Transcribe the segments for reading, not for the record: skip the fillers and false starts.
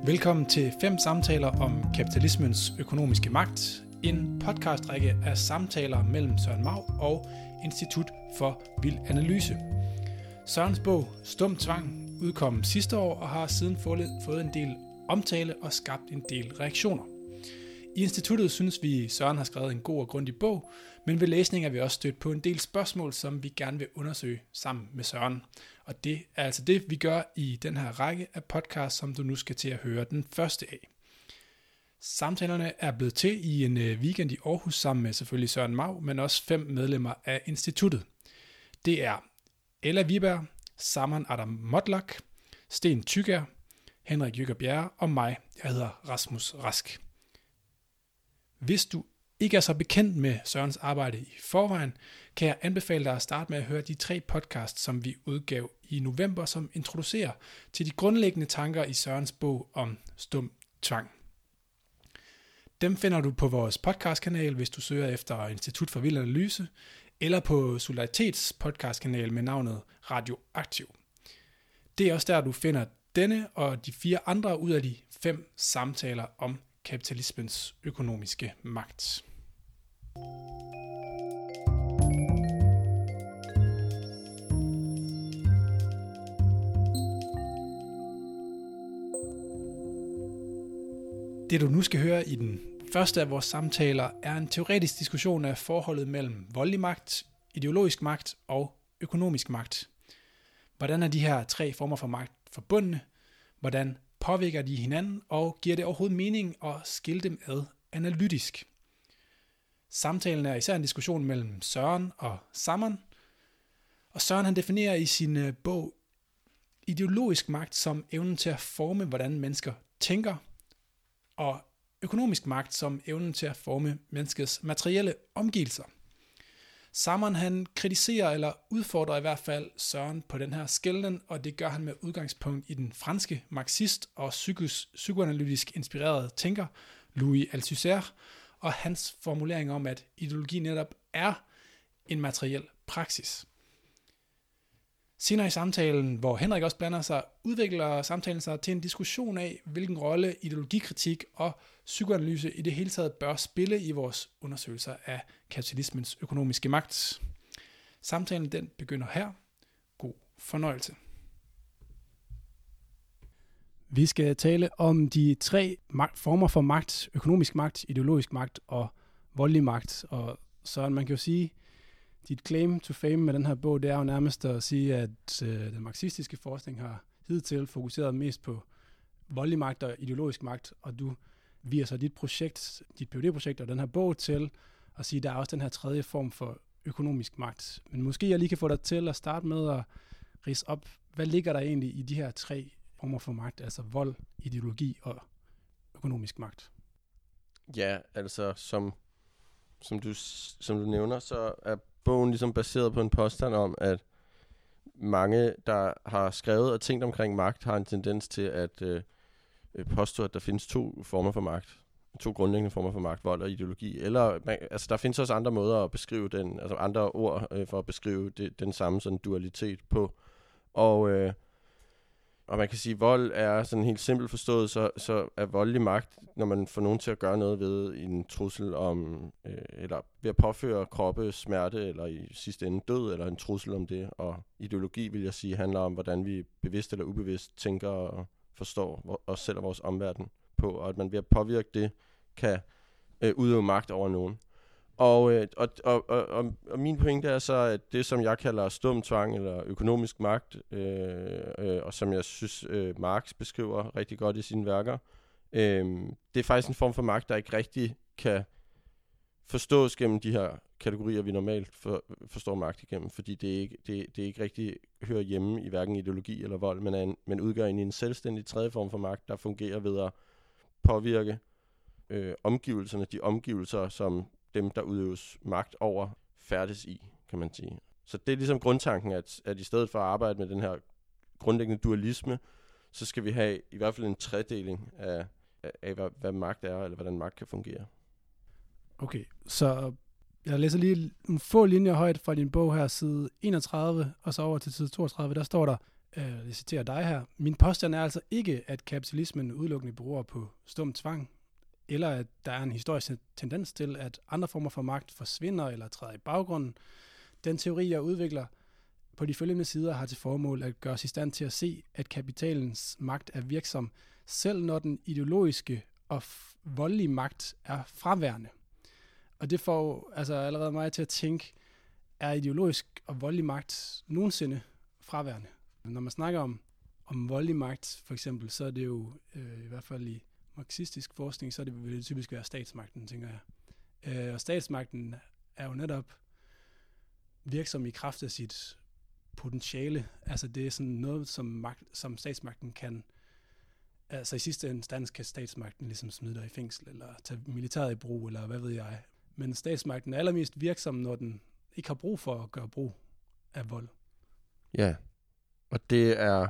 Velkommen til 5 samtaler om kapitalismens økonomiske magt, en podcastrække af samtaler mellem Søren Mau og Institut for Vild Analyse. Sørens bog Stum Tvang udkom sidste år og har siden fået en del omtale og skabt en del reaktioner. I instituttet synes vi, Søren har skrevet en god og grundig bog, men ved læsning er vi også stødt på en del spørgsmål, som vi gerne vil undersøge sammen med Søren. Og det er altså det, vi gør i den her række af podcasts, som du nu skal til at høre den første af. Samtalerne er blevet til i en weekend i Aarhus sammen med selvfølgelig Søren Mau, men også 5 medlemmer af instituttet. Det er Ella Wiberg, Saman Adam Motlak, Sten Thyger, Henrik Jykker Bjerre og mig. Jeg hedder Rasmus Rask. Hvis du ikke er så bekendt med Sørens arbejde i forvejen, kan jeg anbefale dig at starte med at høre de 3 podcasts, som vi udgav i november, som introducerer til de grundlæggende tanker i Sørens bog om stum tvang. Dem finder du på vores podcastkanal, hvis du søger efter Institut for Vild Analyse, eller på Solidaritets podcastkanal med navnet Radioaktiv. Det er også der, du finder denne og de 4 andre ud af de 5 samtaler om kapitalismens økonomiske magt. Det du nu skal høre i den første af vores samtaler er en teoretisk diskussion af forholdet mellem voldelig magt, ideologisk magt og økonomisk magt. Hvordan er de her 3 former for magt forbundne? Hvordan påvirker de hinanden, og giver det overhovedet mening at skille dem ad analytisk? Samtalen er især en diskussion mellem Søren og Saman. Og Søren han definerer i sin bog ideologisk magt som evnen til at forme, hvordan mennesker tænker, og økonomisk magt som evnen til at forme menneskets materielle omgivelser. Saman han kritiserer eller udfordrer i hvert fald Søren på den her skelnen, og det gør han med udgangspunkt i den franske marxist og psykoanalytisk inspirerede tænker Louis Althusser, og hans formulering om, at ideologi netop er en materiel praksis. Senere i samtalen, hvor Henrik også blander sig, udvikler samtalen sig til en diskussion af, hvilken rolle ideologikritik og psykoanalyse i det hele taget bør spille i vores undersøgelser af kapitalismens økonomiske magt. Samtalen den begynder her. God fornøjelse. Vi skal tale om de 3 former for magt: økonomisk magt, ideologisk magt og voldelig magt. Og så man kan jo sige, dit claim to fame med den her bog, det er jo nærmest at sige, at den marxistiske forskning har hidtil fokuseret mest på voldelig magt og ideologisk magt, og du viser så dit PhD-projekt og den her bog til at sige, at der er også den her 3. form for økonomisk magt. Men måske jeg lige kan få dig til at starte med at ridse op, hvad ligger der egentlig i de her 3 former for magt, altså vold, ideologi og økonomisk magt? Ja, altså som du nævner, så er bogen ligesom baseret på en påstand om, at mange, der har skrevet og tænkt omkring magt, har en tendens til at påstå, at der findes 2 former for magt. 2 grundlæggende former for magt, vold og ideologi. Eller, altså der findes også andre måder at beskrive den, altså andre ord for at beskrive den samme sådan dualitet på. Og man kan sige, at vold er sådan helt simpelt forstået, så er voldelig magt, når man får nogen til at gøre noget ved en trussel om, eller ved at påføre kroppe smerte, eller i sidste ende død, eller en trussel om det. Og ideologi, vil jeg sige, handler om, hvordan vi bevidst eller ubevidst tænker og forstår os selv og vores omverden på, og at man ved at påvirke det, kan udøve magt over nogen. Og min pointe er så, at det, som jeg kalder stum tvang eller økonomisk magt, og som jeg synes, Marx beskriver rigtig godt i sine værker, det er faktisk en form for magt, der ikke rigtig kan forstås gennem de her kategorier, vi normalt forstår magt igennem, fordi det ikke rigtig hører hjemme i hverken ideologi eller vold, men udgør en selvstændig 3. form for magt, der fungerer ved at påvirke omgivelserne, de omgivelser, som dem, der udøves magt over, færdes i, kan man sige. Så det er ligesom grundtanken, at i stedet for at arbejde med den her grundlæggende dualisme, så skal vi have i hvert fald en tredeling af hvad magt er, eller hvordan magt kan fungere. Okay, så jeg læser lige nogle få linjer højt fra din bog her, side 31, og så over til side 32, der står der: jeg citerer dig her, min påstand er altså ikke, at kapitalismen udelukkende beror på stum tvang, eller at der er en historisk tendens til, at andre former for magt forsvinder eller træder i baggrunden. Den teori, jeg udvikler på de følgende sider, har til formål at gøre os i stand til at se, at kapitalens magt er virksom, selv når den ideologiske og voldelige magt er fraværende. Og det får altså allerede mig til at tænke, er ideologisk og voldelig magt nogensinde fraværende? Når man snakker om voldelig magt, for eksempel, så er det jo, i hvert fald i marxistisk forskning, så vil det typisk være statsmagten, tænker jeg. Og statsmagten er jo netop virksom i kraft af sit potentiale. Altså det er sådan noget, som statsmagten kan, altså i sidste instans kan statsmagten ligesom smide dig i fængsel, eller tage militæret i brug, eller hvad ved jeg. Men statsmagten er allermest virksom, når den ikke har brug for at gøre brug af vold. Ja, og det er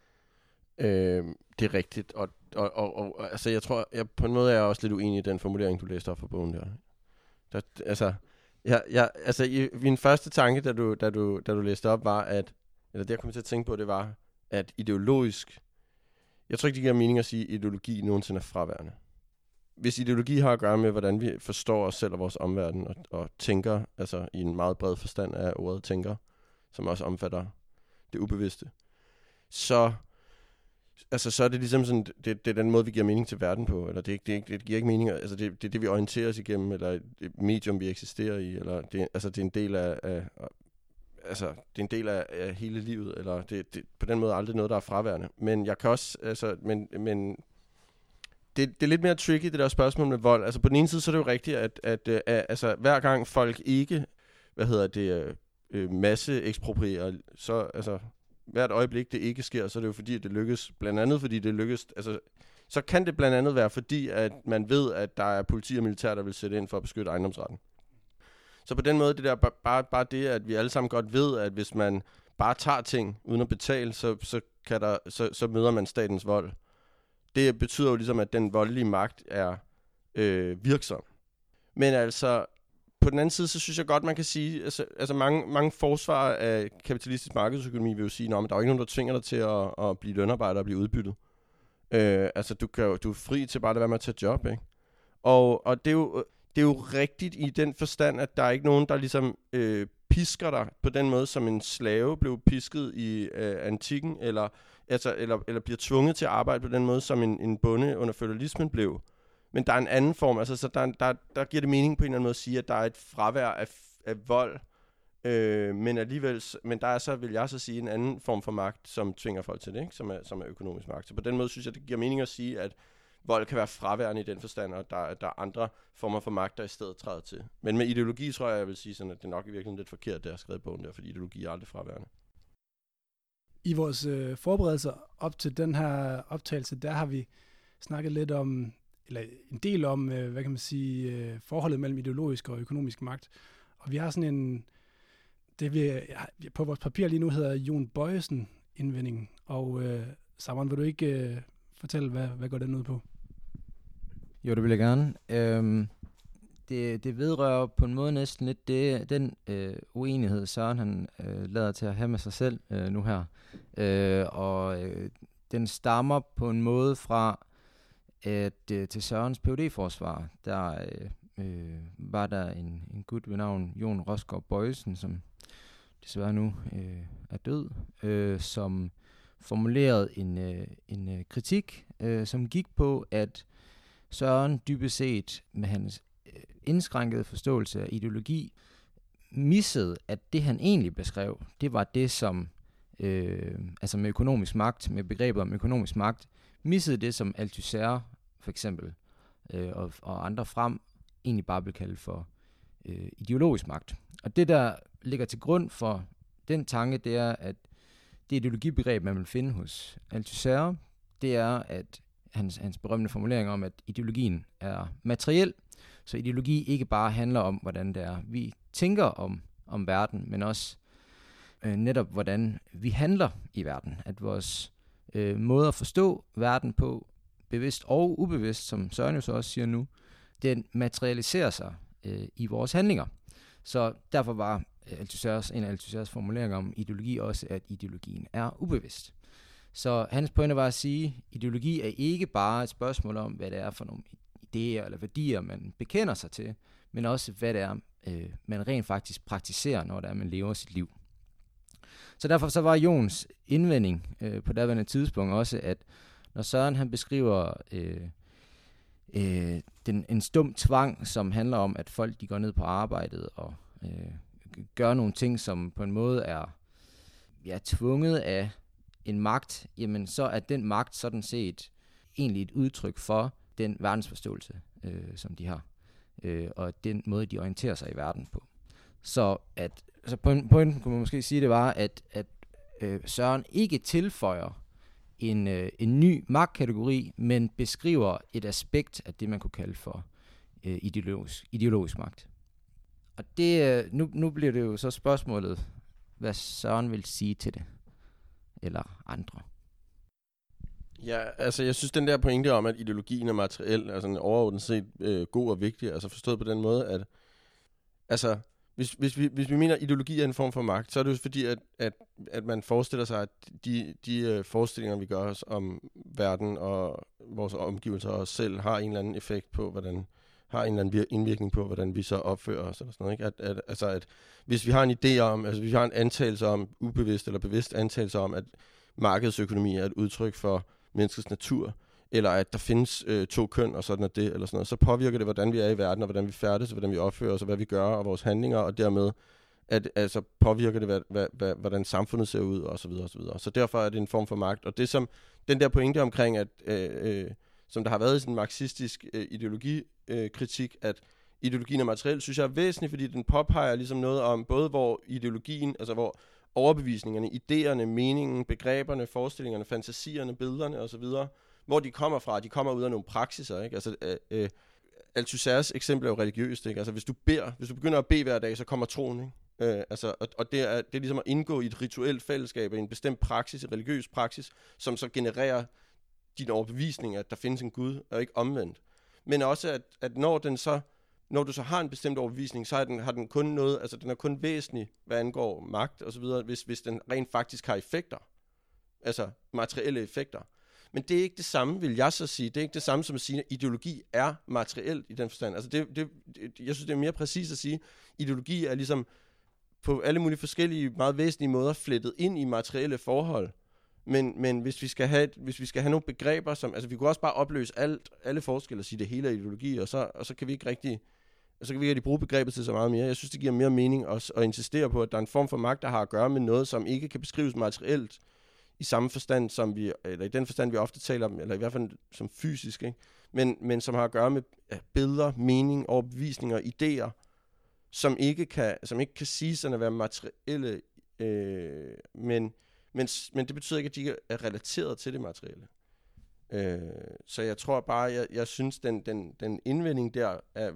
rigtigt, og altså jeg tror, på en måde er jeg også lidt uenig i den formulering, du læste op fra bogen der. Altså min første tanke, da du læste op, var, eller det jeg kom til at tænke på, det var, at ideologisk, jeg tror ikke, det giver mening at sige, at ideologi nogensinde er fraværende. Hvis ideologi har at gøre med, hvordan vi forstår os selv og vores omverden, og tænker, altså i en meget bred forstand af ordet tænker, som også omfatter det ubevidste, så er det ligesom sådan, det er den måde, vi giver mening til verden på, eller det giver ikke mening, altså det er det, vi orienterer os igennem, eller et medium, vi eksisterer i, eller det er en del af altså det er en del af hele livet, eller det på den måde aldrig noget, der er fraværende. Men jeg kan også, altså, men det er lidt mere tricky, det der spørgsmål med vold. Altså på den ene side, så er det jo rigtigt, at altså hver gang folk ikke, masse eksproprierer, så altså hvert øjeblik, det ikke sker, så er det jo fordi, at det lykkes. Blandt andet fordi det lykkes, altså så kan det blandt andet være fordi, at man ved, at der er politi og militær, der vil sætte ind for at beskytte ejendomsretten. Så på den måde, det der bare det, at vi alle sammen godt ved, at hvis man bare tager ting uden at betale, så møder man statens vold. Det betyder jo ligesom, at den voldelige magt er virksom. Men altså, på den anden side, så synes jeg godt, man kan sige, altså mange forsvarer af kapitalistisk markedsøkonomi vil jo sige, at der er ikke nogen, der tvinger dig til at blive lønarbejder og blive udbyttet. Altså, du er fri til bare at være med at tage job, ikke? Og det er jo rigtigt i den forstand, at der er ikke nogen, der ligesom pisker dig på den måde, som en slave blev pisket i antikken, eller bliver tvunget til at arbejde på den måde, som en bonde under feudalismen blev. Men der er en anden form, altså så der giver det mening på en eller anden måde at sige, at der er et fravær af vold, men der er så, vil jeg så sige, en anden form for magt, som tvinger folk til det, ikke? Som er økonomisk magt. Så på den måde synes jeg, det giver mening at sige, at vold kan være fraværende i den forstand, og der er andre former for magt, der i stedet træder til. Men med ideologi tror jeg vil sige sådan, at det nok i virkeligheden lidt forkert, det jeg har skrevet bogen der, fordi ideologi er aldrig fraværende. I vores forberedelser op til den her optagelse, der har vi snakket lidt om, eller en del om, hvad kan man sige, forholdet mellem ideologisk og økonomisk magt. Og vi har sådan en, det vi på vores papir lige nu hedder Jon Bojesen-indvendingen. Og Simon, vil du ikke fortælle, hvad går den ud på? Jo, det vil jeg gerne. Det vedrører på en måde næsten lidt den uenighed, Søren han lader til at have med sig selv nu her. Den stammer på en måde fra, at til Sørens PhD-forsvar, der var der en gut ved navn Jon Rosgaard Bojesen, som desværre nu er død, som formulerede en kritik, som gik på, at Søren dybest set med hans indskrænkede forståelse af ideologi missede, at det han egentlig beskrev, det var det som, altså med økonomisk magt, med begrebet om økonomisk magt, missede det som Althusser for eksempel, og andre frem, egentlig bare blev kaldt for ideologisk magt. Og det der ligger til grund for den tanke, det er, at det ideologibegreb, man vil finde hos Althusser, det er, at hans berømte formulering om, at ideologien er materiel, så ideologi ikke bare handler om, hvordan det er, vi tænker om verden, men også netop, hvordan vi handler i verden. At vores måde at forstå verden på, bevidst og ubevidst, som Søren jo så også siger nu, den materialiserer sig i vores handlinger. Så derfor var en af Althusser's formuleringer om ideologi også, at ideologien er ubevidst. Så hans pointe var at sige, at ideologi er ikke bare et spørgsmål om, hvad det er for nogle idéer eller værdier, man bekender sig til, men også, hvad det er, man rent faktisk praktiserer, når det er, man lever sit liv. Så derfor så var Jons indvending på daværende tidspunkt også, at når Søren han beskriver en stum tvang, som handler om, at folk de går ned på arbejdet og gør nogle ting, som på en måde er tvunget af en magt, jamen så er den magt sådan set egentlig et udtryk for den verdensforståelse, som de har, og den måde, de orienterer sig i verden på. Så pointen kunne man måske sige, det var, at Søren ikke tilføjer en ny magtkategori, men beskriver et aspekt af det, man kunne kalde for ideologisk magt. Og det, nu bliver det jo så spørgsmålet, hvad Søren vil sige til det, eller andre. Ja, altså jeg synes den der pointe om, at ideologien er materiel, altså overordnet set god og vigtig, altså forstået på den måde, at altså hvis vi mener, at ideologi er en form for magt, så er det jo fordi, at man forestiller sig, at de forestillinger, vi gør os om verden og vores omgivelser og os selv, har en eller anden effekt på, har en eller anden indvirkning på, hvordan vi så opfører os, eller sådan noget, ikke? At hvis vi har en idé om, altså hvis vi har en antagelse om, ubevidst eller bevidst antagelse om, at markedsøkonomi er et udtryk for menneskets natur, eller at der findes 2 køn, og sådan er det, eller sådan noget, så påvirker det, hvordan vi er i verden, og hvordan vi færdes, og hvordan vi opfører os, og hvad vi gør, og vores handlinger, og dermed altså påvirker det, hvordan samfundet ser ud, og så videre, og så videre. Så derfor er det en form for magt. Og det som, den der pointe omkring, at som der har været i sådan en marxistisk ideologikritik, at ideologien er materiel, synes jeg er væsentligt, fordi den påpeger ligesom noget om, både hvor ideologien, altså hvor overbevisningerne, idéerne, meningen, begreberne, forestillingerne, fantasierne, billederne osv., hvor de kommer fra. De kommer ud af nogle praksiser, ikke? Altså, Althusser's eksempel er jo religiøst, ikke? Altså, hvis du begynder at bede hver dag, så kommer troen, ikke? Og det er ligesom at indgå i et rituelt fællesskab, i en bestemt praksis, en religiøs praksis, som så genererer din overbevisning, at der findes en Gud, og ikke omvendt. Men også, at når du så har en bestemt overbevisning, så har den kun noget, altså den er kun væsentlig, hvad angår magt og så videre, hvis den rent faktisk har effekter. Altså materielle effekter. Men det er ikke det samme, vil jeg så sige. Det er ikke det samme som at sige, at ideologi er materielt i den forstand. Altså jeg synes, det er mere præcist at sige, at ideologi er ligesom på alle mulige forskellige, meget væsentlige måder flettet ind i materielle forhold. Men hvis vi skal have nogle begreber, som, altså vi kunne også bare opløse alle forskelle og sige, det hele er ideologi, og så kan vi ikke rigtig bruge begrebet til så meget mere. Jeg synes, det giver mere mening at insistere på, at der er en form for magt, der har at gøre med noget, som ikke kan beskrives materielt, i samme forstand, eller i den forstand, vi ofte taler om, eller i hvert fald som fysisk, ikke? Men som har at gøre med billeder, mening, overbevisninger, idéer, som ikke kan siges at være materielle, men det betyder ikke, at de er relateret til det materielle. Så jeg tror bare, jeg synes, den indvending der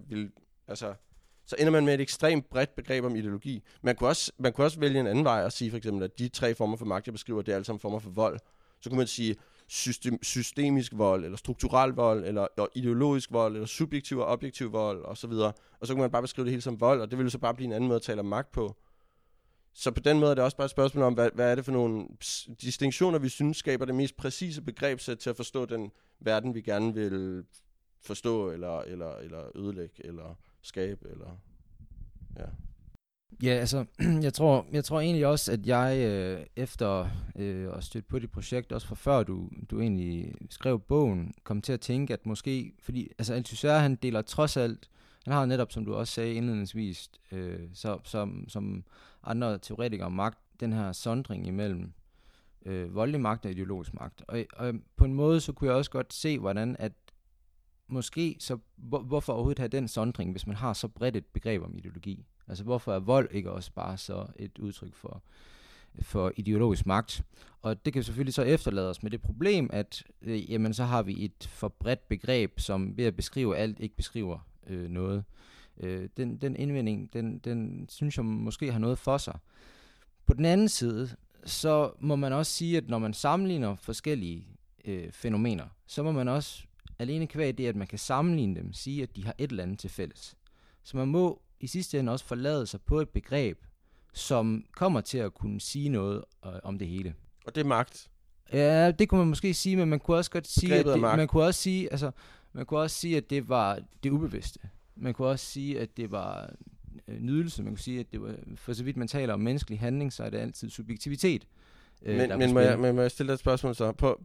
så ender man med et ekstremt bredt begreb om ideologi. Man kunne også vælge en anden vej og sige for eksempel, at de 3 former for magt, jeg beskriver, det er alle sammen former for vold. Så kunne man sige systemisk vold, eller strukturel vold, eller ideologisk vold, eller subjektiv og objektiv vold, og så videre. Og så kunne man bare beskrive det hele som vold, og det ville så bare blive en anden måde at tale om magt på. Så på den måde er det også bare et spørgsmål om, hvad er det for nogle distinktioner, vi synes skaber det mest præcise begrebssæt til at forstå den verden, vi gerne vil forstå, eller ødelægge, eller skabe, eller ja. Ja, altså, jeg tror egentlig også, at jeg efter at støtte på dit projekt, også fra før du egentlig skrev bogen, kom til at tænke, at måske, fordi altså Althusser, han deler trods alt, han har netop, som du også sagde indledningsvis, som andre teoretikere om magt, den her sondring imellem voldelig magt og ideologisk magt. Og på en måde, så kunne jeg også godt se, hvordan at måske, så hvorfor overhovedet have den sondring, hvis man har så bredt et begreb om ideologi? Altså hvorfor er vold ikke også bare så et udtryk for ideologisk magt? Og det kan selvfølgelig så efterlade os med det problem, at jamen, så har vi et for bredt begreb, som ved at beskrive alt, ikke beskriver noget. Den indvending, den synes jeg måske har noget for sig. På den anden side, så må man også sige, at når man sammenligner forskellige fænomener, så må man også alene kvæg det, at man kan sammenligne dem, sige, at de har et eller andet til fælles. Så man må i sidste ende også forlade sig på et begreb, som kommer til at kunne sige noget om det hele. Og det er magt. Ja, det kunne man måske sige, men man kunne også godt sige, at man kunne også sige, at det var det ubevidste. Man kunne også sige, at det var nydelse. Man kunne sige, at det var, for så vidt man taler om menneskelig handling, så er det altid subjektivitet. Men må jeg stille dig et spørgsmål så?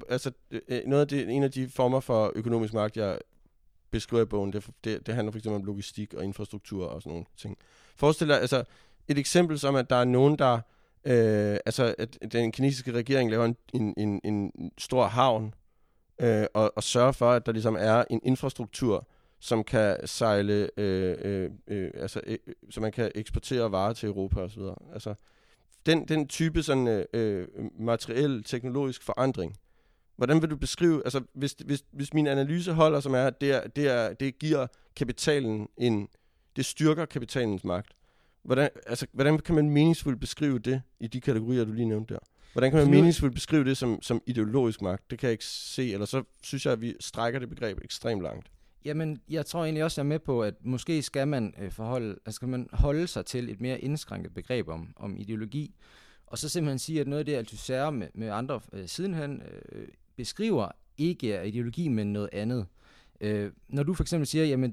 En af de former for økonomisk magt, jeg beskriver i bogen, det handler for eksempel om logistik og infrastruktur og sådan nogle ting. Forestil dig et eksempel som, at der er nogen, der at den kinesiske regering laver en stor havn og sørger for, at der ligesom er en infrastruktur, som kan sejle, så man kan eksportere varer til Europa osv. Altså, den type sådan materiel, teknologisk forandring, hvordan vil du beskrive, altså hvis min analyse holder, som er, at det giver kapitalen det styrker kapitalens magt. Hvordan kan man meningsfuldt beskrive det i de kategorier, du lige nævnte der? Hvordan kan man meningsfuldt beskrive det som ideologisk magt? Det kan jeg ikke se, eller så synes jeg, at vi strækker det begreb ekstremt langt. Jamen, jeg tror egentlig også, jeg er med på, at måske skal man holde sig til et mere indskrænket begreb om ideologi, og så simpelthen sige, at noget af det, Althusser med andre sidenhen beskriver, ikke er ideologi, men noget andet. Når du for eksempel siger, jamen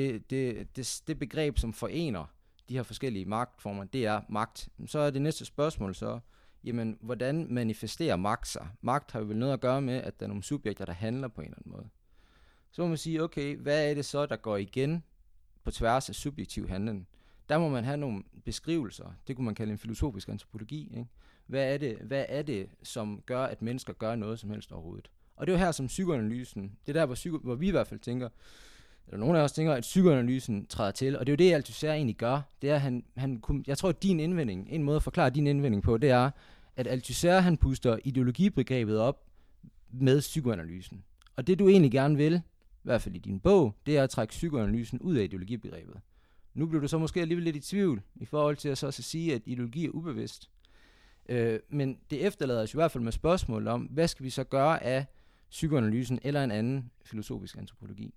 det begreb, som forener de her forskellige magtformer, det er magt, så er det næste spørgsmål så, jamen, hvordan manifesterer magt sig? Magt har jo vel noget at gøre med, at der er nogle subjekter, der handler på en eller anden måde. Så må man sige, okay, hvad er det så, der går igen på tværs af subjektiv handling? Der må man have nogle beskrivelser. Det kunne man kalde en filosofisk antropologi. Ikke? Hvad er det, som gør, at mennesker gør noget som helst overhovedet? Og det er jo her, som psykoanalysen, det er der, hvor vi i hvert fald tænker, eller nogle af os tænker, at psykoanalysen træder til, og det er jo det, Althusser egentlig gør. Det er, jeg tror, at en måde at forklare din indvending på, det er, at Althusser, han puster ideologibegrebet op med psykoanalysen. Og det, du egentlig gerne vil, i hvert fald i din bog, det er at trække psykoanalysen ud af ideologibegrebet. Nu bliver du så måske alligevel lidt i tvivl, i forhold til at så sige, at ideologi er ubevidst. Men det efterlader os i hvert fald med spørgsmål om, hvad skal vi så gøre af psykoanalysen eller en anden filosofisk antropologi?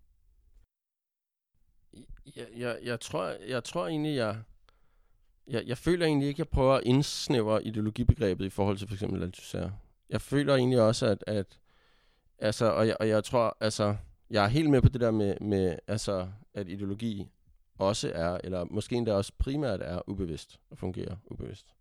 Jeg tror egentlig, jeg føler egentlig ikke, at jeg prøver at indsnævre ideologibegrebet i forhold til for eksempel Althusser. Jeg føler egentlig også, jeg tror, jeg er helt med på det der med at ideologi også er, eller måske endda også primært er ubevidst og fungerer ubevidst.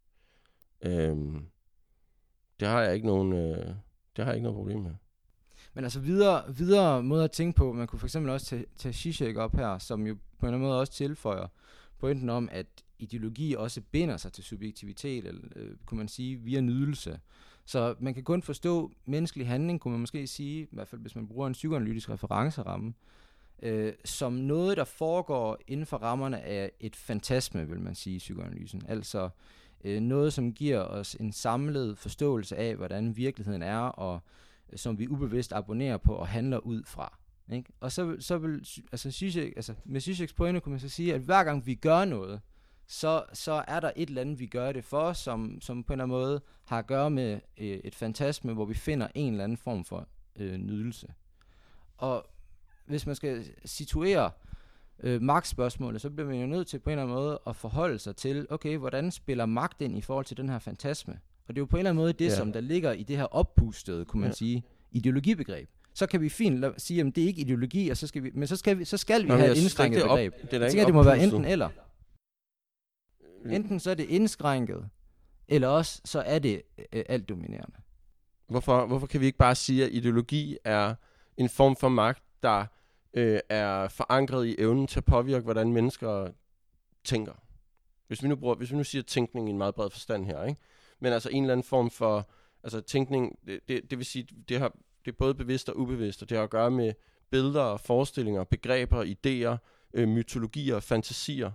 Det har jeg ikke noget problem med. Men altså videre måder at tænke på, man kunne for eksempel også tage Zizek op her, som jo på en eller anden måde også tilføjer pointen om, at ideologi også binder sig til subjektivitet, eller kunne man sige, via nydelse. Så man kan kun forstå menneskelig handling, kunne man måske sige, i hvert fald hvis man bruger en psykoanalytisk referenceramme, som noget, der foregår inden for rammerne af et fantasme, vil man sige i psykoanalysen. Altså noget, som giver os en samlet forståelse af, hvordan virkeligheden er, og som vi ubevidst abonnerer på og handler ud fra. Ikke? Og så vil med Zizeks pointe kunne man så sige, at hver gang vi gør noget, så er der et eller andet, vi gør det for, som på en eller anden måde har at gøre med et fantasme, hvor vi finder en eller anden form for nydelse. Og hvis man skal situere magtspørgsmålet, så bliver man jo nødt til på en eller anden måde at forholde sig til, okay, hvordan spiller magt ind i forhold til den her fantasme? Og det er jo på en eller anden måde det, som der ligger i det her oppustede, kunne man sige, ideologibegreb. Så kan vi fint sige, at det er ikke ideologi, og så skal vi have et indskrænket begreb. Jeg tænker, det må være enten eller. Enten så er det indskrænket, eller også så er det alt dominerende. Hvorfor kan vi ikke bare sige, at ideologi er en form for magt, der er forankret i evnen til at påvirke, hvordan mennesker tænker? Hvis vi nu siger tænkning i en meget bred forstand her, ikke? Men altså en eller anden form for tænkning, det vil sige, det er både bevidst og ubevidst, og det har at gøre med billeder, forestillinger, begreber, idéer, mytologier, fantasier.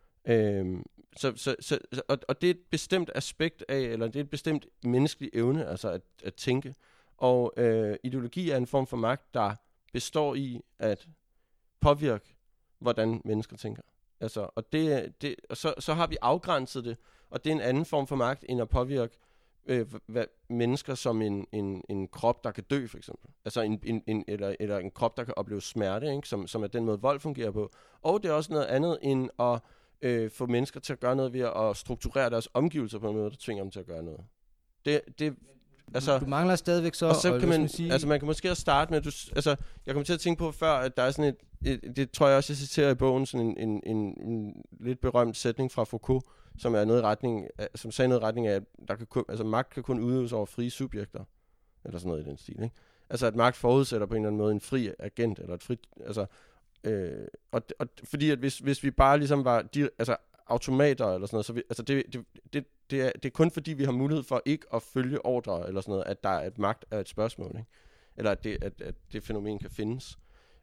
Og det er et bestemt aspekt af, eller det er et bestemt menneskelig evne, altså at tænke. Og ideologi er en form for magt, der består i at påvirke, hvordan mennesker tænker. Altså, og så har vi afgrænset det, og det er en anden form for magt, end at påvirke mennesker som en krop, der kan dø, for eksempel. Altså eller en krop, der kan opleve smerte, ikke? Som er den måde, vold fungerer på. Og det er også noget andet end at få mennesker til at gøre noget ved at strukturere deres omgivelser på en måde, der tvinger dem til at gøre noget. Altså, du mangler stadigvæk så... Og så kan man, sige... altså man kan måske også starte med, jeg kommer til at tænke på før, at der er sådan det tror jeg også, jeg citerer i bogen, sådan en lidt berømt sætning fra Foucault, som er noget i retning, som sagde noget i retning af, at magt kan kun udøves over frie subjekter, eller sådan noget i den stil, ikke? Altså at magt forudsætter på en eller anden måde en fri agent, eller et frit, altså, fordi at hvis vi bare ligesom var, automater eller sådan noget, så altså det er kun fordi vi har mulighed for ikke at følge ordre eller sådan noget, at der er et magt er et spørgsmål, ikke? Eller at det fænomen kan findes.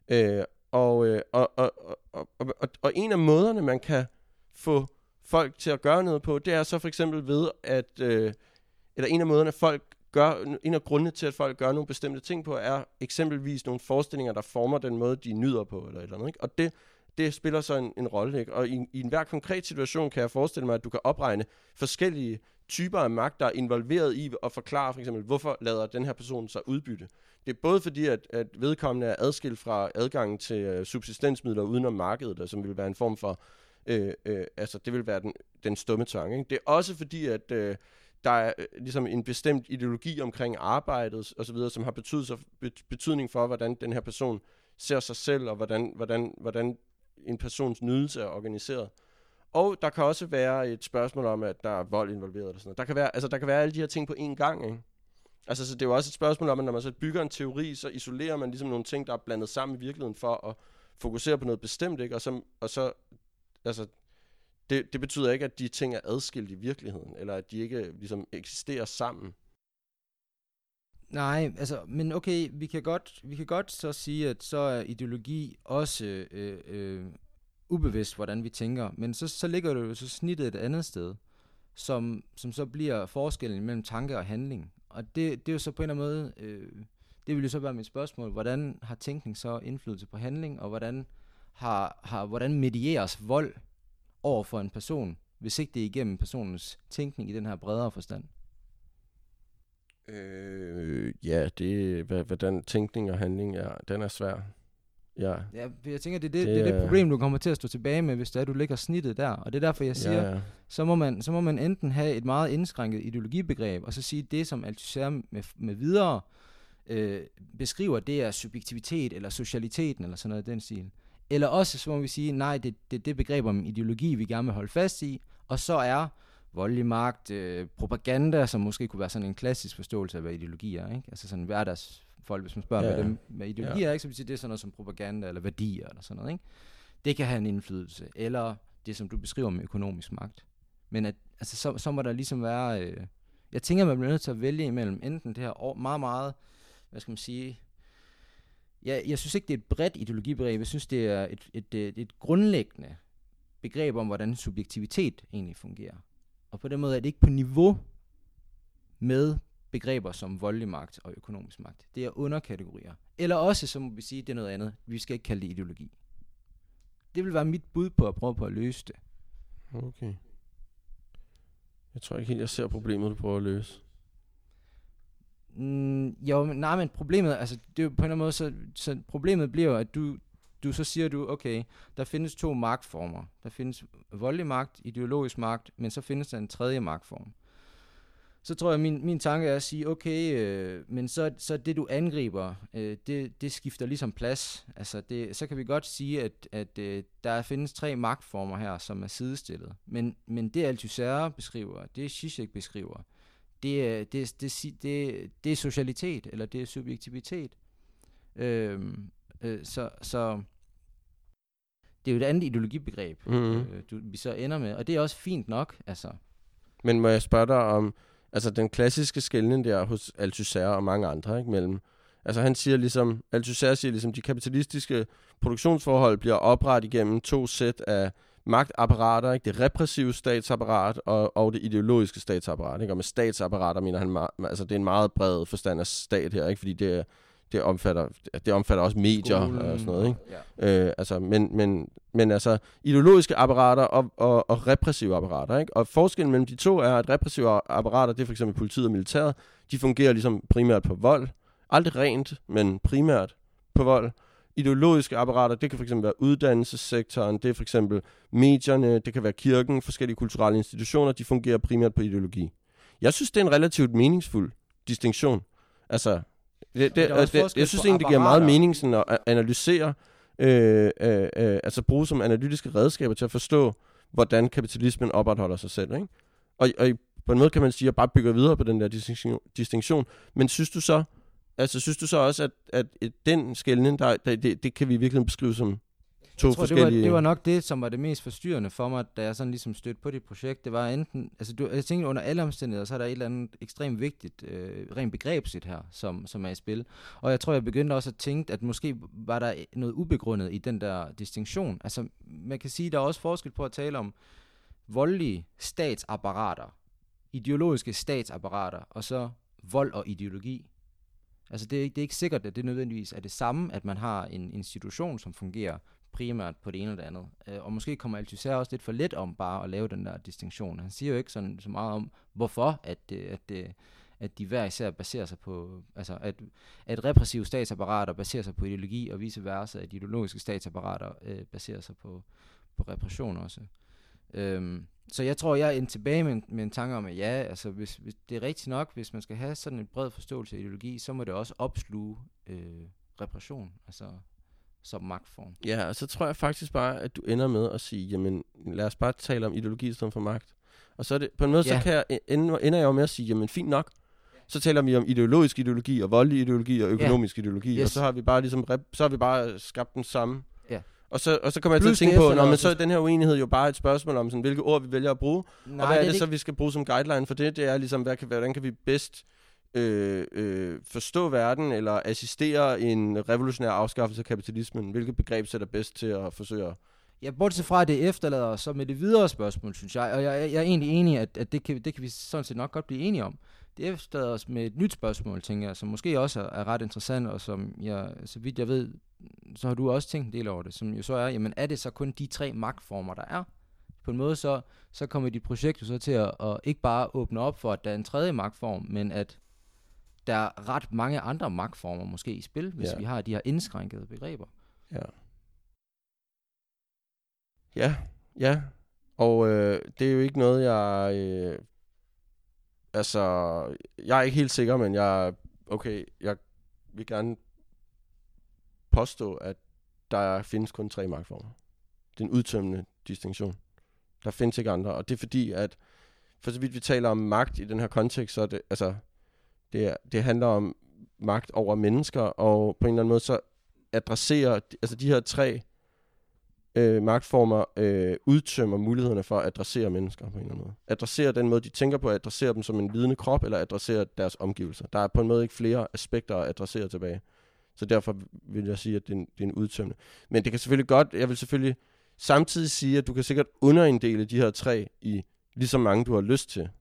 Og en af måderne man kan få folk til at gøre noget på, det er så for eksempel ved at eller en af grundene til at folk gør nogle bestemte ting på er eksempelvis nogle forestillinger der former den måde de nyder på eller et eller andet, ikke? Og det spiller så en rolle, ikke? Og i enhver konkret situation kan jeg forestille mig, at du kan opregne forskellige typer af magt, der er involveret i at forklare for eksempel, hvorfor lader den her person sig udbytte. Det er både fordi, at vedkommende er adskilt fra adgangen til subsistensmidler udenom markedet, som vil være en form for, det vil være den stumme tvang, ikke? Det er også fordi, at der er ligesom en bestemt ideologi omkring arbejdet og så videre, som har betydning for, hvordan den her person ser sig selv, og hvordan en persons nydelse er organiseret. Og der kan også være et spørgsmål om, at der er vold involveret eller sådan noget. Der kan være alle de her ting på én gang, ikke? Altså, så det er jo også et spørgsmål om, at når man så bygger en teori, så isolerer man ligesom nogle ting, der er blandet sammen i virkeligheden for at fokusere på noget bestemt, ikke? Det betyder ikke, at de ting er adskilt i virkeligheden, eller at de ikke ligesom eksisterer sammen. Nej, altså, men okay, vi kan godt så sige, at så er ideologi også ubevidst, hvordan vi tænker, men så ligger det jo så snittet et andet sted, som så bliver forskellen mellem tanke og handling. Og det er jo så på en eller anden måde, det vil jo så være mit spørgsmål, hvordan har tænkning så indflydelse på handling, og hvordan medieres vold over for en person, hvis ikke det er igennem personens tænkning i den her bredere forstand? Hvordan tænkning og handling er, den er svær. Ja, jeg tænker, det er det problem, du kommer til at stå tilbage med, hvis du ligger snittet der. Og det er derfor, jeg siger, så må man enten have et meget indskrænket ideologibegreb, og så sige, det som Althusser med videre beskriver, det er subjektivitet, eller socialiteten, eller sådan noget i den stil. Eller også, så må vi sige, nej, det er det begreb om ideologi, vi gerne vil holde fast i, og så er voldelig magt, propaganda, som måske kunne være sådan en klassisk forståelse af, hvad ideologi er, ikke? Altså sådan hverdagsfolk, hvis man spørger, hvad ideologi er, ikke? Så vil sige, det er sådan noget som propaganda, eller værdier, eller sådan noget, ikke? Det kan have en indflydelse, eller det, som du beskriver med økonomisk magt. Men så må der ligesom være, jeg tænker, man bliver nødt til at vælge imellem, enten det her meget, meget, hvad skal man sige, jeg synes ikke, det er et bredt ideologibegreb, jeg synes, det er et grundlæggende begreb om, hvordan subjektivitet egentlig fungerer. Og på den måde er det ikke på niveau med begreber som voldelig magt og økonomisk magt. Det er underkategorier. Eller også, så må vi sige, det er noget andet. Vi skal ikke kalde det ideologi. Det vil være mit bud på at prøve på at løse det. Okay. Jeg tror ikke helt, jeg ser problemet, du prøver at løse. Men problemet, altså det er jo på en eller anden måde, så problemet bliver jo, at du så siger okay, der findes 2 magtformer. Der findes voldelig magt, ideologisk magt, men så findes der en tredje magtform. Så tror jeg, min tanke er at sige, okay, men så det du angriber, det skifter ligesom plads. Altså så kan vi godt sige, at der findes 3 magtformer her, som er sidestillet. Men det Althusser beskriver, det Zizek beskriver, det er socialitet, eller det er subjektivitet. Så det er jo et andet ideologibegreb, vi så ender med, og det er også fint nok, altså. Men må jeg spørge dig om, altså den klassiske skelnen der hos Althusser og mange andre, ikke, mellem, altså Althusser siger ligesom, de kapitalistiske produktionsforhold bliver oprettet igennem 2 sæt af magtapparater, ikke? Det repressive statsapparat og det ideologiske statsapparat, ikke? Og med statsapparater mener han, altså det er en meget bred forstand af stat her, ikke? Fordi det omfatter også medier og sådan noget, ikke? Men altså ideologiske apparater og repressive apparater, ikke? Og forskellen mellem de to er, at repressive apparater, det er for eksempel politiet og militæret, de fungerer ligesom primært på vold. Aldrig rent, men primært på vold. ideologiske apparater, det kan for eksempel være uddannelsessektoren, det er for eksempel medierne, det kan være kirken, forskellige kulturelle institutioner, de fungerer primært på ideologi. Jeg synes, det er en relativt meningsfuld distinktion. Altså, jeg synes egentlig, det giver meget mening sådan at analysere, altså bruge som analytiske redskaber til at forstå, hvordan kapitalismen opretholder sig selv, ikke? Og på en måde kan man sige, at jeg bare bygger videre på den der distinktion. Men synes du så også, at den skelnen, det kan vi virkelig beskrive som to forskellige... Det var nok det, som var det mest forstyrrende for mig, da jeg sådan ligesom stødte på dit projekt. Det var enten... Altså, jeg tænkte, under alle omstændigheder, så er der et eller andet ekstremt vigtigt, rent begrebsigt her, som er i spil. Og jeg tror, jeg begyndte også at tænke, at måske var der noget ubegrundet i den der distinktion. Altså, man kan sige, der er også forskel på at tale om voldelige statsapparater, ideologiske statsapparater, og så vold og ideologi. Altså det er ikke sikkert, at det nødvendigvis er det samme, at man har en institution, som fungerer primært på det ene eller det andet. Og måske kommer Althusser også lidt for let om bare at lave den der distinktion. Han siger jo ikke så meget om, hvorfor at de hver især baserer sig på, altså at repressive statsapparater baserer sig på ideologi, og vice versa, at ideologiske statsapparater baserer sig på repression også. Så jeg tror, jeg er tilbage med en tanke om, at ja, altså hvis det er rigtigt nok, hvis man skal have sådan en bred forståelse af ideologi, så må det også opsluge repression, altså som magtform. Ja, og så tror jeg faktisk bare, at du ender med at sige, jamen lad os bare tale om ideologi i stedet for magt. Og så er det, på en måde, så kan jeg, ender jeg jo med at sige, jamen fint nok, så taler vi om ideologisk ideologi, og voldelig ideologi, og økonomisk ideologi, og så har vi bare ligesom, så har vi bare skabt den samme. Ja. Og så kommer jeg til at tænke på, men så er den her uenighed jo bare et spørgsmål om, sådan, hvilke ord vi vælger at bruge. Nej, og hvad er det så, vi skal bruge som guideline for det? Det er ligesom, hvordan kan vi bedst forstå verden, eller assistere en revolutionær afskaffelse af kapitalismen? Hvilket begreb sætter bedst til at forsøge at... Ja, bortset fra, at det efterlader så med det videre spørgsmål, synes jeg. Og jeg er egentlig enig, at det kan vi sådan set nok godt blive enige om. Det efterlader os med et nyt spørgsmål, tænker jeg, som måske også er ret interessant, og som jeg, så vidt jeg ved, så har du også tænkt en del over det, som jo så er, jamen er det så kun de 3 magtformer, der er? På en måde så kommer dit projekt jo så til at ikke bare åbne op for, at der er en tredje magtform, men at der er ret mange andre magtformer måske i spil, hvis vi har de her indskrænkede begreber. Ja. Og det er jo ikke noget, jeg er ikke helt sikker, men jeg vil gerne påstå, at der findes kun 3 magtformer. Det er en udtømmende distinktion. Der findes ikke andre, og det er fordi, at for så vidt vi taler om magt i den her kontekst, så er det handler om magt over mennesker, og på en eller anden måde så adresserer, altså de her 3 magtformer udtømmer mulighederne for at adressere mennesker på en eller anden måde. Adressere den måde, de tænker på, adressere dem som en lidende krop, eller adressere deres omgivelser. Der er på en måde ikke flere aspekter at adressere tilbage. Så derfor vil jeg sige, at det er en udtømmende. Men det kan selvfølgelig godt, jeg vil selvfølgelig samtidig sige, at du kan sikkert underinddele de her 3 i lige så mange, du har lyst til.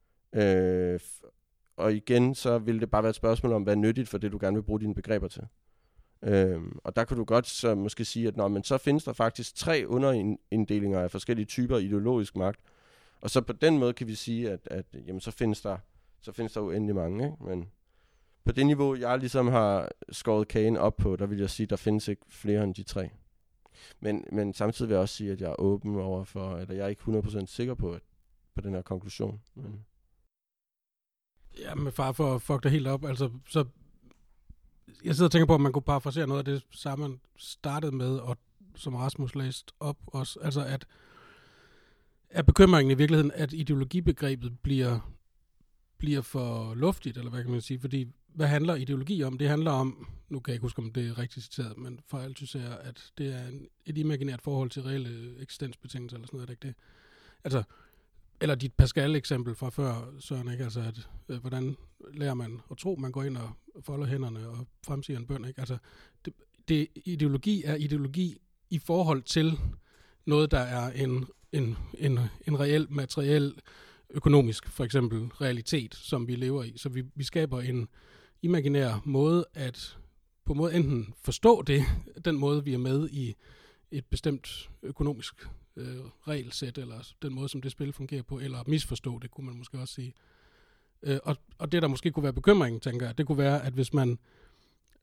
Og igen, så vil det bare være et spørgsmål om, hvad er nyttigt for det, du gerne vil bruge dine begreber til. Og der kan du godt så måske sige, at men så findes der faktisk 3 underinddelinger af forskellige typer ideologisk magt. Og så på den måde kan vi sige, at jamen, så findes der uendelig mange, ikke? Men på det niveau, jeg ligesom har skåret kagen op på, der vil jeg sige, at der findes ikke flere end de 3. Men samtidig vil jeg også sige, at jeg er åben over for, eller jeg er ikke 100% sikker på den her konklusion. Men... Ja, med far for at fuck det helt op, altså så jeg sidder og tænker på, at man kunne parafrasere noget af det samme, man startede med, og som Rasmus læste op også, altså at bekymringen i virkeligheden, at ideologibegrebet bliver for luftigt, eller hvad kan man sige, fordi hvad handler ideologi om? Det handler om, nu kan jeg ikke huske, om det er rigtigt citeret, men fra Althusser, at det er et imaginært forhold til reelle eksistensbetingelser, eller sådan noget, er det ikke det? Altså, eller dit Pascal-eksempel fra før, Søren, ikke? Altså, at hvordan lærer man at tro, man går ind og folder hænderne og fremsiger en bøn, ikke? Altså, ideologi er ideologi i forhold til noget, der er en reel, materiel, økonomisk, for eksempel, realitet, som vi lever i. Så vi skaber en imaginær måde at på en måde enten forstå den måde, vi er med i et bestemt økonomisk regelsæt, eller den måde, som det spil fungerer på, eller misforstå det, kunne man måske også sige. Og det, der måske kunne være bekymringen, tænker jeg, det kunne være, at hvis man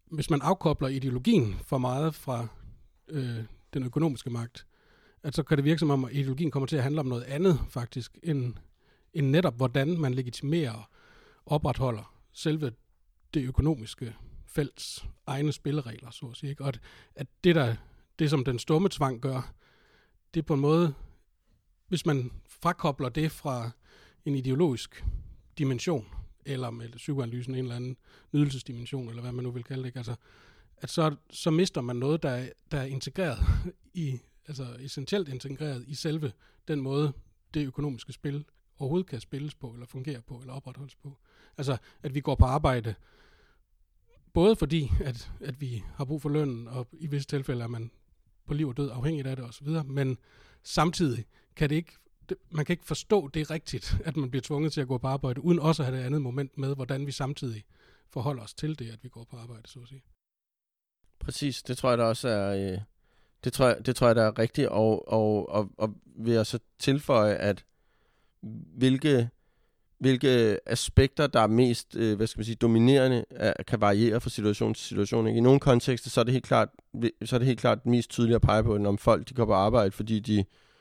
hvis man afkobler ideologien for meget fra den økonomiske magt, at så kan det virke som om, at ideologien kommer til at handle om noget andet faktisk, end netop hvordan man legitimerer og opretholder selve det økonomiske felts egne spilleregler, så at sige. Ikke? Og at det, som den stumme tvang gør, det er på en måde, hvis man frakobler det fra en ideologisk dimension, eller med psykoanalysen en eller anden nydelsesdimension, eller hvad man nu vil kalde det, ikke? Altså, at så mister man noget, der er integreret altså essentielt integreret i selve den måde, det økonomiske spil overhovedet kan spilles på, eller fungere på, eller opretholdes på. Altså, at vi går på arbejde, både fordi, at vi har brug for lønnen, og i visse tilfælde er man på liv og død afhængig af det osv., men samtidig kan man kan ikke forstå det rigtigt, at man bliver tvunget til at gå på arbejde, uden også at have det andet moment med, hvordan vi samtidig forholder os til det, at vi går på arbejde, så at sige. Præcis, det tror jeg da også er, det tror jeg der er rigtigt, og vil jeg så tilføje, at hvilke aspekter, der er mest, dominerende, kan variere fra situation til situation. Ikke? I nogle kontekster, så er det helt klart mest tydeligt at pege på, når folk de går på arbejde, fordi de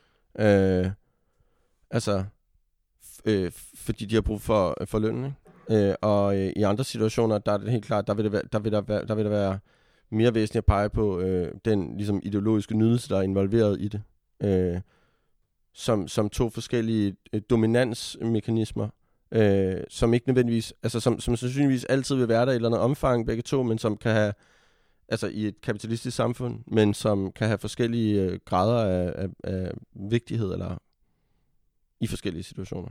fordi de har brug for lønnen. Og i andre situationer, der er det helt klart, der vil der være mere væsentligt at pege på den ligesom ideologiske nydelse, der er involveret i det. Som to forskellige dominansmekanismer, som ikke nødvendigvis, altså som sandsynligvis altid vil være der i et eller andet omfang, begge to, men som kan have, altså i et kapitalistisk samfund, men som kan have forskellige grader af vigtighed, eller i forskellige situationer.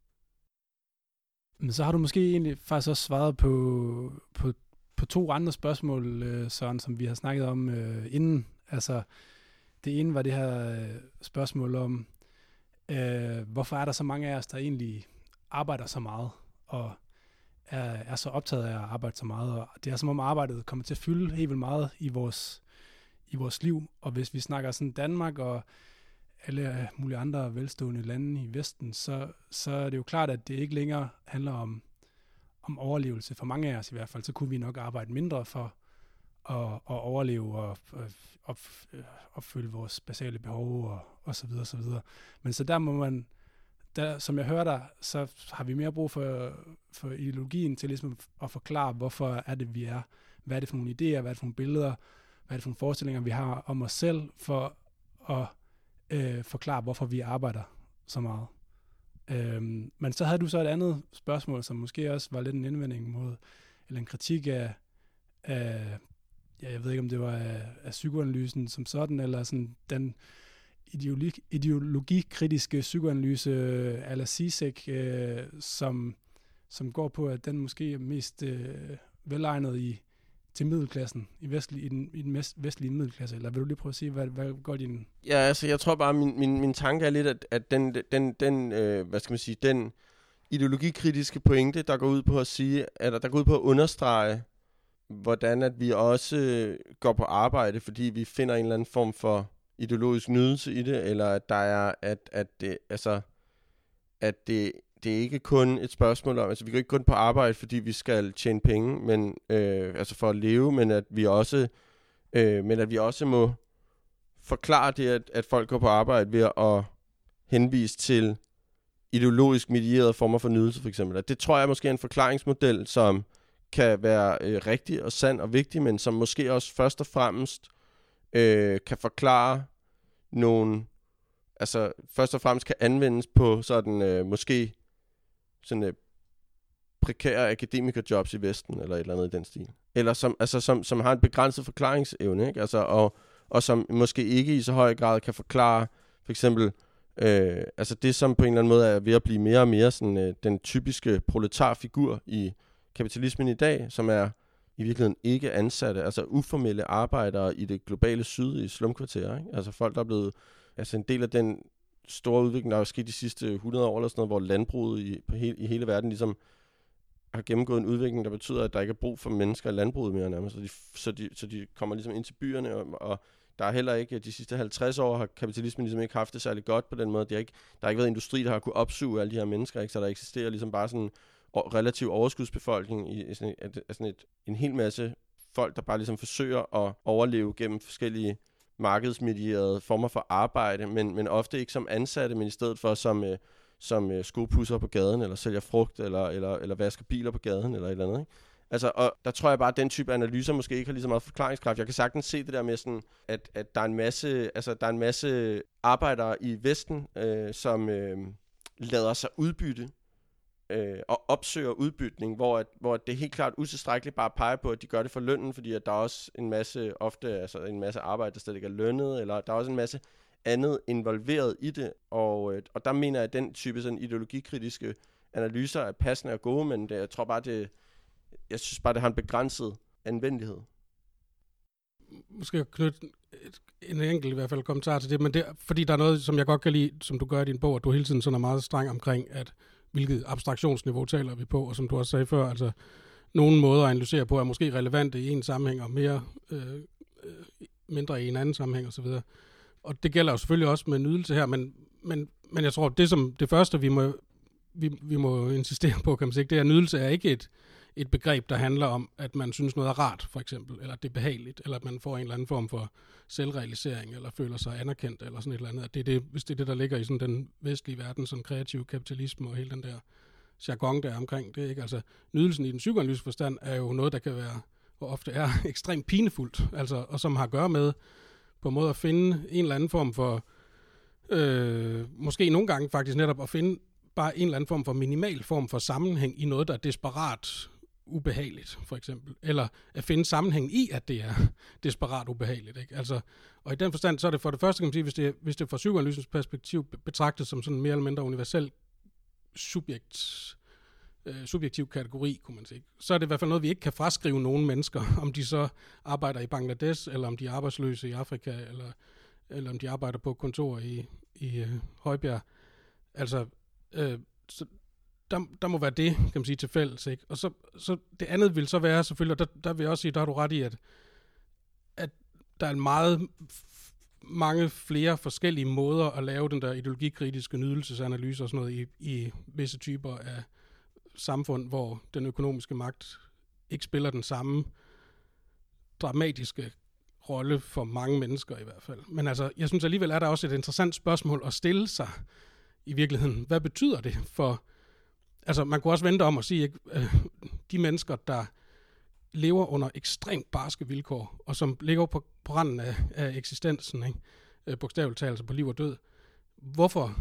Men så har du måske egentlig faktisk også svaret på to andre spørgsmål, Søren, som vi har snakket om inden. Altså, det ene var det her spørgsmål om, hvorfor er der så mange af os, der egentlig arbejder så meget, og er så optaget af at arbejde så meget, og det er som om arbejdet kommer til at fylde helt vildt meget i vores liv, og hvis vi snakker sådan Danmark og alle mulige andre velstående lande i Vesten, så er det jo klart, at det ikke længere handler om overlevelse for mange af os i hvert fald, så kunne vi nok arbejde mindre for at overleve og opfylde vores basale behov og så videre, så videre. Men så der må man, som jeg hører dig, så har vi mere brug for ideologien til ligesom at forklare, hvorfor er det, vi er. Hvad er det for nogle idéer, hvad er det for nogle billeder, hvad er det for nogle forestillinger, vi har om os selv, for at forklare, hvorfor vi arbejder så meget. Men så havde du så et andet spørgsmål, som måske også var lidt en indvending mod, eller en kritik af jeg ved ikke, om det var af psykoanalysen som sådan, eller sådan den ideologikritiske psykoanalyse a la Zizek, som går på, at den måske er mest velegnet til middelklassen, i den vestlige middelklasse. Eller vil du lige prøve at sige, hvad går din... Ja, altså jeg tror bare, min tanke er lidt, at den ideologikritiske pointe, der går ud på at sige, at der går ud på at understrege, hvordan at vi også går på arbejde, fordi vi finder en eller anden form for ideologisk nydelse i det, eller at der er, at det er ikke kun et spørgsmål om, altså vi går ikke kun på arbejde, fordi vi skal tjene penge, men altså for at leve, men at vi også må forklare det, at folk går på arbejde ved at henvise til ideologisk medierede former for nydelse, for eksempel. Og det tror jeg måske er en forklaringsmodel, som kan være rigtig og sand og vigtig, men som måske også først og fremmest kan forklare nogle, altså først og fremmest kan anvendes på sådan måske sådan prekære akademikerjobs i Vesten, eller et eller andet i den stil. Eller som har en begrænset forklaringsevne, ikke? Altså, og som måske ikke i så høj grad kan forklare, for eksempel, altså det som på en eller anden måde er ved at blive mere og mere sådan den typiske proletarfigur i kapitalismen i dag, som er i virkeligheden ikke ansatte, altså uformelle arbejdere i det globale syd i slumkvarterer, ikke? Altså folk, der er blevet, altså en del af den store udvikling, der er sket de sidste 100 år eller sådan noget, hvor landbruget i hele verden ligesom har gennemgået en udvikling, der betyder, at der ikke er brug for mennesker i landbruget mere nærmest, så de kommer ligesom ind til byerne, og der er heller ikke, de sidste 50 år har kapitalismen ligesom ikke haft det særlig godt på den måde. Der har ikke været industri, der har kunne opsuge alle de her mennesker, ikke? Så der eksisterer ligesom bare sådan en relativ overskudsbefolkning i sådan en hel masse folk, der bare ligesom forsøger at overleve gennem forskellige markedsmedierede former for arbejde, men ofte ikke som ansatte, men i stedet for som skopusser på gaden, eller sælger frugt, eller vasker biler på gaden, eller et eller andet, ikke? Altså, og der tror jeg bare, at den type analyser måske ikke har lige så meget forklaringskraft. Jeg kan sagtens se det der med sådan, at der er en masse arbejdere i Vesten, som lader sig udbytte og opsøger udbytning, hvor det er helt klart utilstrækkeligt bare at pege på, at de gør det for lønnen, fordi at der er også en masse arbejde, der slet ikke er lønnet, eller der er også en masse andet involveret i det, og der mener jeg, at den type sådan ideologikritiske analyser er passende og gode, men jeg tror bare, jeg synes bare, det har en begrænset anvendelighed. Måske knytte en enkelt i hvert fald kommentar til det, men det, fordi der er noget, som jeg godt kan lide, som du gør i din bog, at du hele tiden sådan er meget streng omkring, at hvilket abstraktionsniveau taler vi på, og som du også sagde før, altså nogle måder at analysere på er måske relevante i en sammenhæng, og mindre i en anden sammenhæng osv. Og det gælder jo selvfølgelig også med nydelse her, men jeg tror, det første, vi må insistere på, kan man sige, det er, at nydelse er ikke et begreb, der handler om, at man synes noget er rart, for eksempel, eller det er behageligt, eller at man får en eller anden form for selvrealisering, eller føler sig anerkendt, eller sådan et eller andet. Hvis det er det, der ligger i sådan den vestlige verden, sådan kreativ kapitalisme og hele den der jargon der omkring det, ikke? Altså, nydelsen i den psykoanalytiske forstand er jo noget, der kan være, og ofte er ekstremt pinefuldt, altså, og som har at gøre med, på en måde at finde en eller anden form for, måske nogle gange faktisk netop at finde bare en eller anden form for minimal form for sammenhæng i noget, der er desperat ubehageligt, for eksempel. Eller at finde sammenhæng i, at det er desperat ubehageligt. Ikke? Altså, og i den forstand, så er det for det første, kan man sige, hvis det fra psykoanalysens perspektiv betragtes som sådan en mere eller mindre universel subjektiv kategori, kunne man sige. Så er det i hvert fald noget, vi ikke kan fraskrive nogen mennesker, om de så arbejder i Bangladesh, eller om de er arbejdsløse i Afrika, eller om de arbejder på kontor i Højbjerg. Altså, så der må være det, kan man sige, til fælles, ikke? Og så det andet vil så være selvfølgelig, og der vil jeg også sige, der har du ret i, at der er mange flere forskellige måder at lave den der ideologikritiske nydelsesanalyse og sådan noget i visse typer af samfund, hvor den økonomiske magt ikke spiller den samme dramatiske rolle for mange mennesker i hvert fald. Men altså, jeg synes alligevel er der også et interessant spørgsmål at stille sig i virkeligheden. Hvad betyder det for... Altså, man kunne også vente om at sige, at de mennesker, der lever under ekstremt barske vilkår, og som ligger på randen af eksistensen, ikke? Bogstaveligt talt, altså på liv og død, hvorfor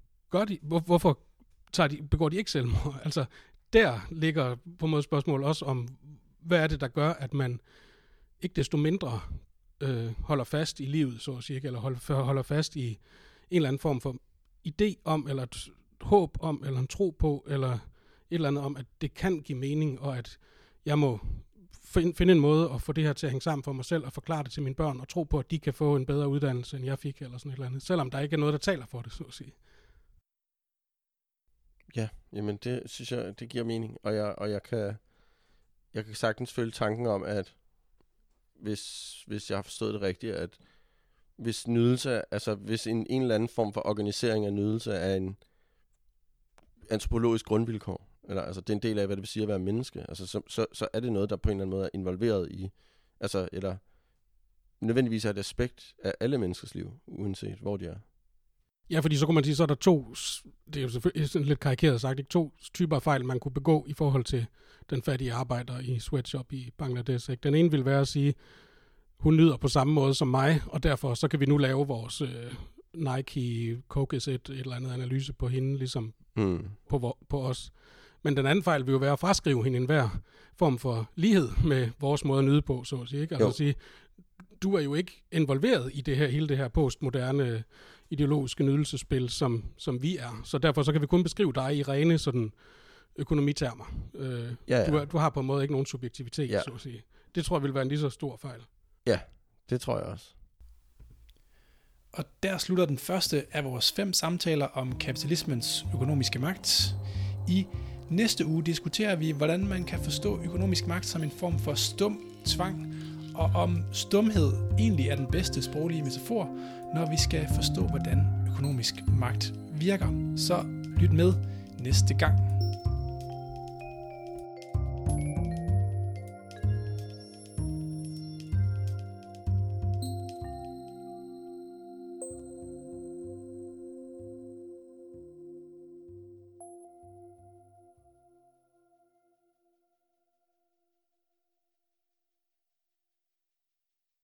begår de ikke selvmord? Altså, der ligger på en måde spørgsmål også om, hvad er det, der gør, at man ikke desto mindre holder fast i livet, så at sige, eller holder fast i en eller anden form for idé om, eller et håb om, eller en tro på, eller et eller andet om, at det kan give mening, og at jeg må finde en måde at få det her til at hænge sammen for mig selv, og forklare det til mine børn, og tro på, at de kan få en bedre uddannelse, end jeg fik, eller sådan et eller andet, selvom der ikke er noget, der taler for det, så at sige. Ja, jamen det synes jeg, det giver mening, og jeg kan sagtens følge tanken om, at hvis jeg har forstået det rigtigt, at hvis nydelse, altså hvis en eller anden form for organisering af nydelse er en antropologisk grundvilkår, eller altså det er en del af, hvad det vil sige at være menneske, altså så er det noget, der på en eller anden måde er involveret i, altså eller nødvendigvis er et aspekt af alle menneskers liv, uanset hvor de er. Ja, fordi så kunne man sige, så er der det er jo selvfølgelig sådan lidt karikeret sagt, ikke? 2 typer af fejl, man kunne begå i forhold til den fattige arbejder i sweatshop i Bangladesh. Ikke? Den ene vil være at sige, hun nyder på samme måde som mig, og derfor så kan vi nu lave vores Nike Coke et eller andet analyse på hende, ligesom på os. Men den anden fejl vil jo være at fraskrive hende enhver form for lighed med vores måde at nyde på, så at sige. Ikke? Altså at sige, du er jo ikke involveret i hele det her postmoderne ideologiske nydelsespil, som vi er. Så derfor så kan vi kun beskrive dig i rene sådan økonomitermer. Du har på en måde ikke nogen subjektivitet, så at sige. Det tror jeg vil være en lige så stor fejl. Ja, det tror jeg også. Og der slutter den første af vores 5 samtaler om kapitalismens økonomiske magt. I næste uge diskuterer vi, hvordan man kan forstå økonomisk magt som en form for stum tvang, og om stumhed egentlig er den bedste sproglige metafor, når vi skal forstå, hvordan økonomisk magt virker. Så lyt med næste gang.